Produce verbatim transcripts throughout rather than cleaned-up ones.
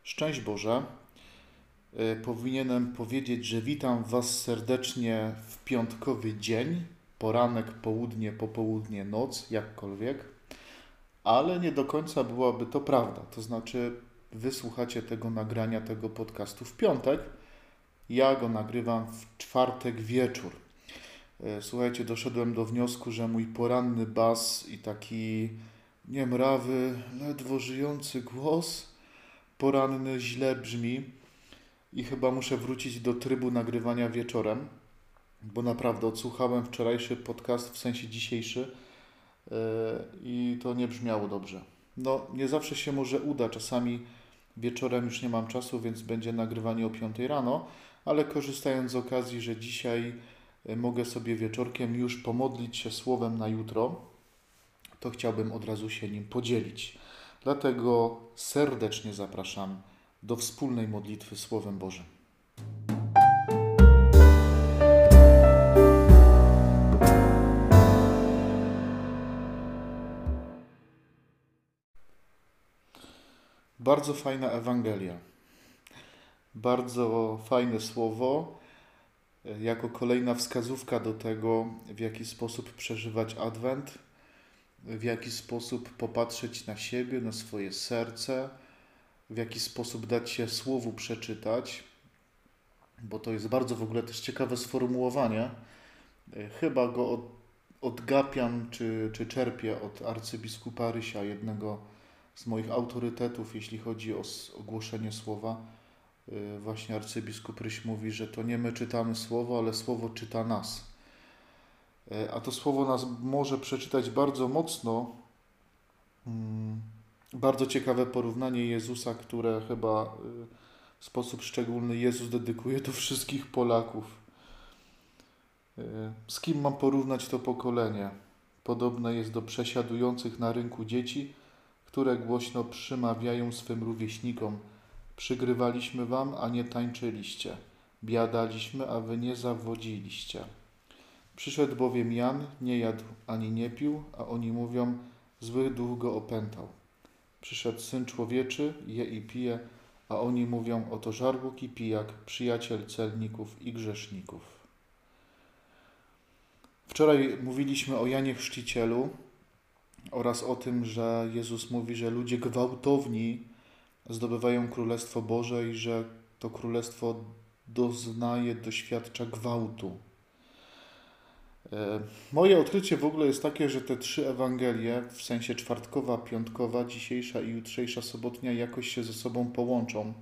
Szczęść Boże. E, Powinienem powiedzieć, że witam Was serdecznie w piątkowy dzień, poranek, południe, popołudnie, noc, jakkolwiek, ale nie do końca byłaby to prawda. To znaczy, wysłuchacie tego nagrania, tego podcastu w piątek, ja go nagrywam w czwartek wieczór. E, Słuchajcie, doszedłem do wniosku, że mój poranny bas i taki niemrawy, ledwo żyjący głos poranny źle brzmi. I chyba muszę wrócić do trybu nagrywania wieczorem, bo naprawdę odsłuchałem wczorajszy podcast, w sensie dzisiejszy, yy, i to nie brzmiało dobrze. No, nie zawsze się może uda, czasami wieczorem już nie mam czasu, więc będzie nagrywanie o piątej rano, ale korzystając z okazji, że dzisiaj yy, mogę sobie wieczorkiem już pomodlić się słowem na jutro, to chciałbym od razu się nim podzielić. Dlatego serdecznie zapraszam do wspólnej modlitwy Słowem Bożym. Bardzo fajna Ewangelia. Bardzo fajne słowo, jako kolejna wskazówka do tego, w jaki sposób przeżywać Adwent, w jaki sposób popatrzeć na siebie, na swoje serce, w jaki sposób dać się słowu przeczytać, bo to jest bardzo w ogóle też ciekawe sformułowanie. Chyba go od, odgapiam czy, czy czerpię od arcybiskupa Rysia, jednego z moich autorytetów, jeśli chodzi o s- ogłoszenie słowa. Y, Właśnie arcybiskup Ryś mówi, że to nie my czytamy słowo, ale słowo czyta nas. Y, A to słowo nas może przeczytać bardzo mocno. Mm, Bardzo ciekawe porównanie Jezusa, które chyba y, w sposób szczególny Jezus dedykuje do wszystkich Polaków. Y, Z kim mam porównać to pokolenie? Podobne jest do przesiadujących na rynku dzieci, które głośno przymawiają swym rówieśnikom: przygrywaliśmy wam, a nie tańczyliście. Biadaliśmy, a wy nie zawodziliście. Przyszedł bowiem Jan, nie jadł ani nie pił, a oni mówią: zły duch go opętał. Przyszedł Syn Człowieczy, je i pije, a oni mówią: oto żarłok i pijak, przyjaciel celników i grzeszników. Wczoraj mówiliśmy o Janie Chrzcicielu oraz o tym, że Jezus mówi, że ludzie gwałtowni zdobywają Królestwo Boże i że to Królestwo doznaje, doświadcza gwałtu. E, Moje odkrycie w ogóle jest takie, że te trzy Ewangelie, w sensie czwartkowa, piątkowa, dzisiejsza i jutrzejsza sobotnia, jakoś się ze sobą połączą.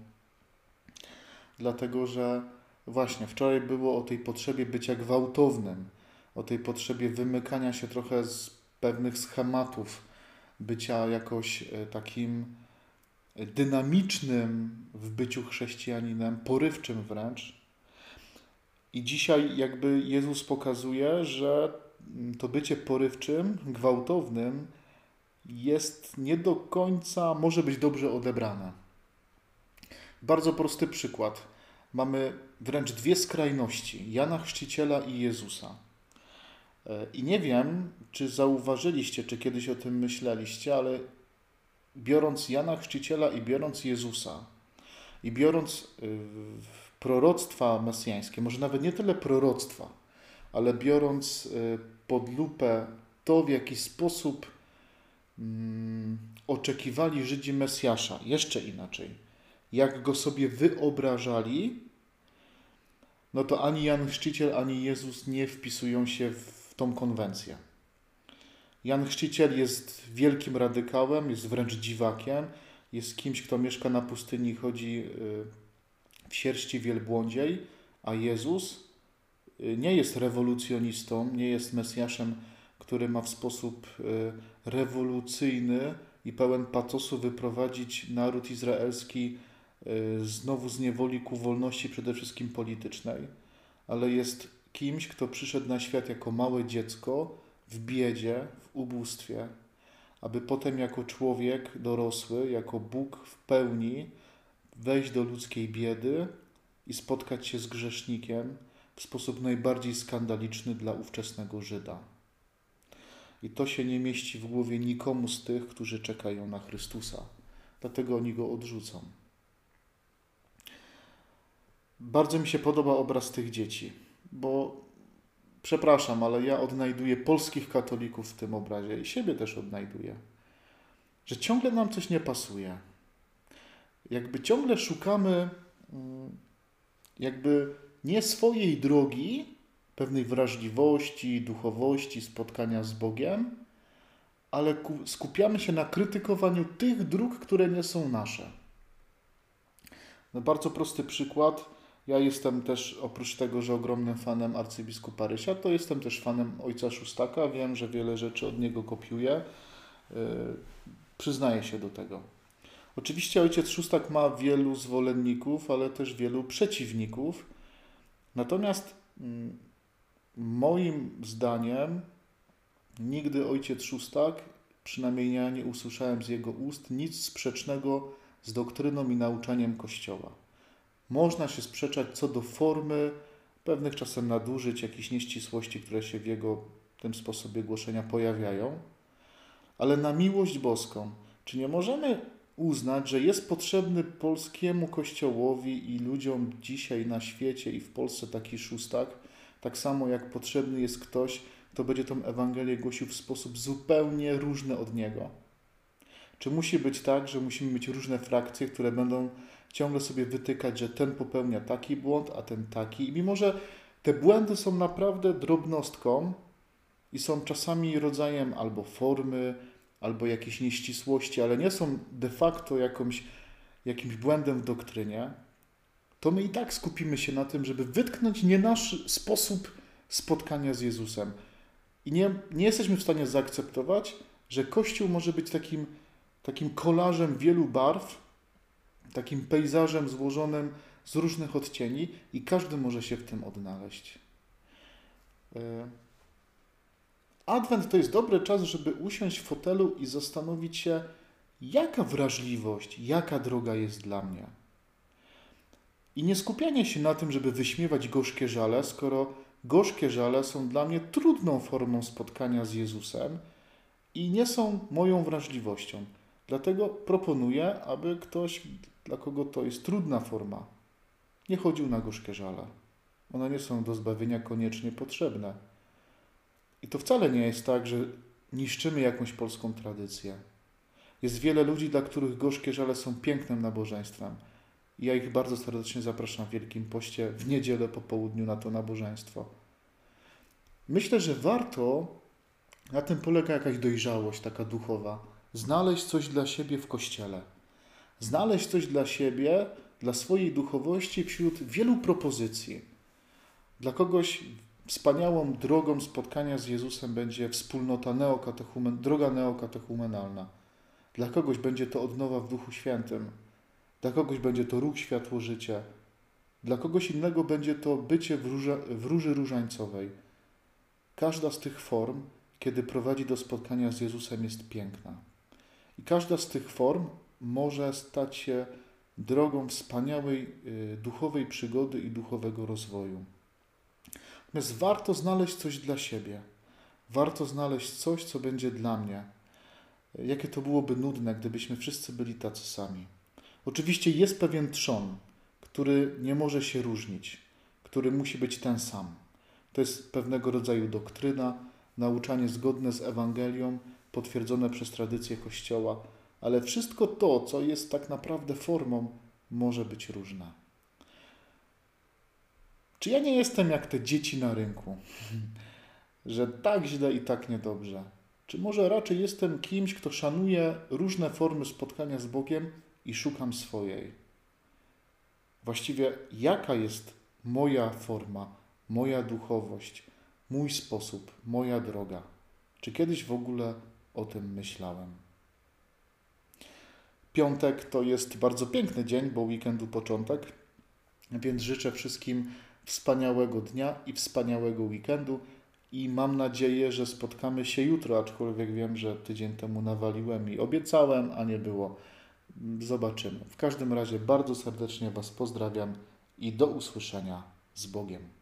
Dlatego, że właśnie wczoraj było o tej potrzebie bycia gwałtownym, o tej potrzebie wymykania się trochę z pewnych schematów, bycia jakoś e, takim dynamicznym w byciu chrześcijaninem, porywczym wręcz. I dzisiaj jakby Jezus pokazuje, że to bycie porywczym, gwałtownym jest nie do końca, może być dobrze odebrane. Bardzo prosty przykład. Mamy wręcz dwie skrajności: Jana Chrzciciela i Jezusa. E, I nie wiem, czy zauważyliście, czy kiedyś o tym myśleliście, ale biorąc Jana Chrzciciela i biorąc Jezusa, i biorąc y, proroctwa mesjańskie, może nawet nie tyle proroctwa, ale biorąc y, pod lupę to, w jaki sposób mm, oczekiwali Żydzi Mesjasza, jeszcze inaczej, jak go sobie wyobrażali, no to ani Jan Chrzciciel, ani Jezus nie wpisują się w tą konwencję. Jan Chrzciciel jest wielkim radykałem, jest wręcz dziwakiem, jest kimś, kto mieszka na pustyni, chodzi w sierści wielbłądziej, a Jezus nie jest rewolucjonistą, nie jest Mesjaszem, który ma w sposób rewolucyjny i pełen patosu wyprowadzić naród izraelski znowu z niewoli ku wolności, przede wszystkim politycznej, ale jest kimś, kto przyszedł na świat jako małe dziecko, w biedzie, w ubóstwie, aby potem jako człowiek dorosły, jako Bóg w pełni wejść do ludzkiej biedy i spotkać się z grzesznikiem w sposób najbardziej skandaliczny dla ówczesnego Żyda. I to się nie mieści w głowie nikomu z tych, którzy czekają na Chrystusa. Dlatego oni go odrzucą. Bardzo mi się podoba obraz tych dzieci, bo przepraszam, ale ja odnajduję polskich katolików w tym obrazie i siebie też odnajduję, że ciągle nam coś nie pasuje. Jakby ciągle szukamy mm, jakby nie swojej drogi, pewnej wrażliwości, duchowości, spotkania z Bogiem, ale ku- skupiamy się na krytykowaniu tych dróg, które nie są nasze. No bardzo prosty przykład. Ja jestem też, oprócz tego, że ogromnym fanem arcybiskupa Rysia, to jestem też fanem ojca Szóstaka. Wiem, że wiele rzeczy od niego kopiuję. Yy, przyznaję się do tego. Oczywiście ojciec Szóstak ma wielu zwolenników, ale też wielu przeciwników. Natomiast mm, moim zdaniem nigdy ojciec Szóstak, przynajmniej ja nie usłyszałem z jego ust, nic sprzecznego z doktryną i nauczaniem Kościoła. Można się sprzeczać co do formy, pewnych czasem nadużyć, jakichś nieścisłości, które się w jego tym sposobie głoszenia pojawiają, ale na miłość boską, czy nie możemy uznać, że jest potrzebny polskiemu Kościołowi i ludziom dzisiaj na świecie i w Polsce taki Szóstak, tak samo jak potrzebny jest ktoś, kto będzie tą Ewangelię głosił w sposób zupełnie różny od niego? Czy musi być tak, że musimy mieć różne frakcje, które będą ciągle sobie wytykać, że ten popełnia taki błąd, a ten taki? I mimo, że te błędy są naprawdę drobnostką i są czasami rodzajem albo formy, albo jakiejś nieścisłości, ale nie są de facto jakąś, jakimś błędem w doktrynie, to my i tak skupimy się na tym, żeby wytknąć nie nasz sposób spotkania z Jezusem. I nie, nie jesteśmy w stanie zaakceptować, że Kościół może być takim, takim kolażem wielu barw, takim pejzażem złożonym z różnych odcieni i każdy może się w tym odnaleźć. Adwent to jest dobry czas, żeby usiąść w fotelu i zastanowić się, jaka wrażliwość, jaka droga jest dla mnie. I nie skupianie się na tym, żeby wyśmiewać gorzkie żale, skoro gorzkie żale są dla mnie trudną formą spotkania z Jezusem i nie są moją wrażliwością. Dlatego proponuję, aby ktoś, dla kogo to jest trudna forma, nie chodził na gorzkie żale. One nie są do zbawienia koniecznie potrzebne. I to wcale nie jest tak, że niszczymy jakąś polską tradycję. Jest wiele ludzi, dla których gorzkie żale są pięknym nabożeństwem. I ja ich bardzo serdecznie zapraszam w Wielkim Poście w niedzielę po południu na to nabożeństwo. Myślę, że warto, na tym polega jakaś dojrzałość taka duchowa, znaleźć coś dla siebie w Kościele. Znaleźć coś dla siebie, dla swojej duchowości wśród wielu propozycji. Dla kogoś wspaniałą drogą spotkania z Jezusem będzie wspólnota neokatechumen, droga neokatechumenalna. Dla kogoś będzie to odnowa w Duchu Świętym. Dla kogoś będzie to ruch światło życia. Dla kogoś innego będzie to bycie w, róża, w róży różańcowej. Każda z tych form, kiedy prowadzi do spotkania z Jezusem, jest piękna. I każda z tych form może stać się drogą wspaniałej y, duchowej przygody i duchowego rozwoju. Natomiast warto znaleźć coś dla siebie. Warto znaleźć coś, co będzie dla mnie. Jakie to byłoby nudne, gdybyśmy wszyscy byli tacy sami. Oczywiście jest pewien trzon, który nie może się różnić, który musi być ten sam. To jest pewnego rodzaju doktryna, nauczanie zgodne z Ewangelią, potwierdzone przez tradycję Kościoła, ale wszystko to, co jest tak naprawdę formą, może być różne. Czy ja nie jestem jak te dzieci na rynku, że tak źle i tak niedobrze? Czy może raczej jestem kimś, kto szanuje różne formy spotkania z Bogiem i szukam swojej? Właściwie jaka jest moja forma, moja duchowość, mój sposób, moja droga? Czy kiedyś w ogóle o tym myślałem? Piątek to jest bardzo piękny dzień, bo weekendu początek, więc życzę wszystkim wspaniałego dnia i wspaniałego weekendu i mam nadzieję, że spotkamy się jutro, aczkolwiek wiem, że tydzień temu nawaliłem i obiecałem, a nie było. Zobaczymy. W każdym razie bardzo serdecznie Was pozdrawiam i do usłyszenia z Bogiem.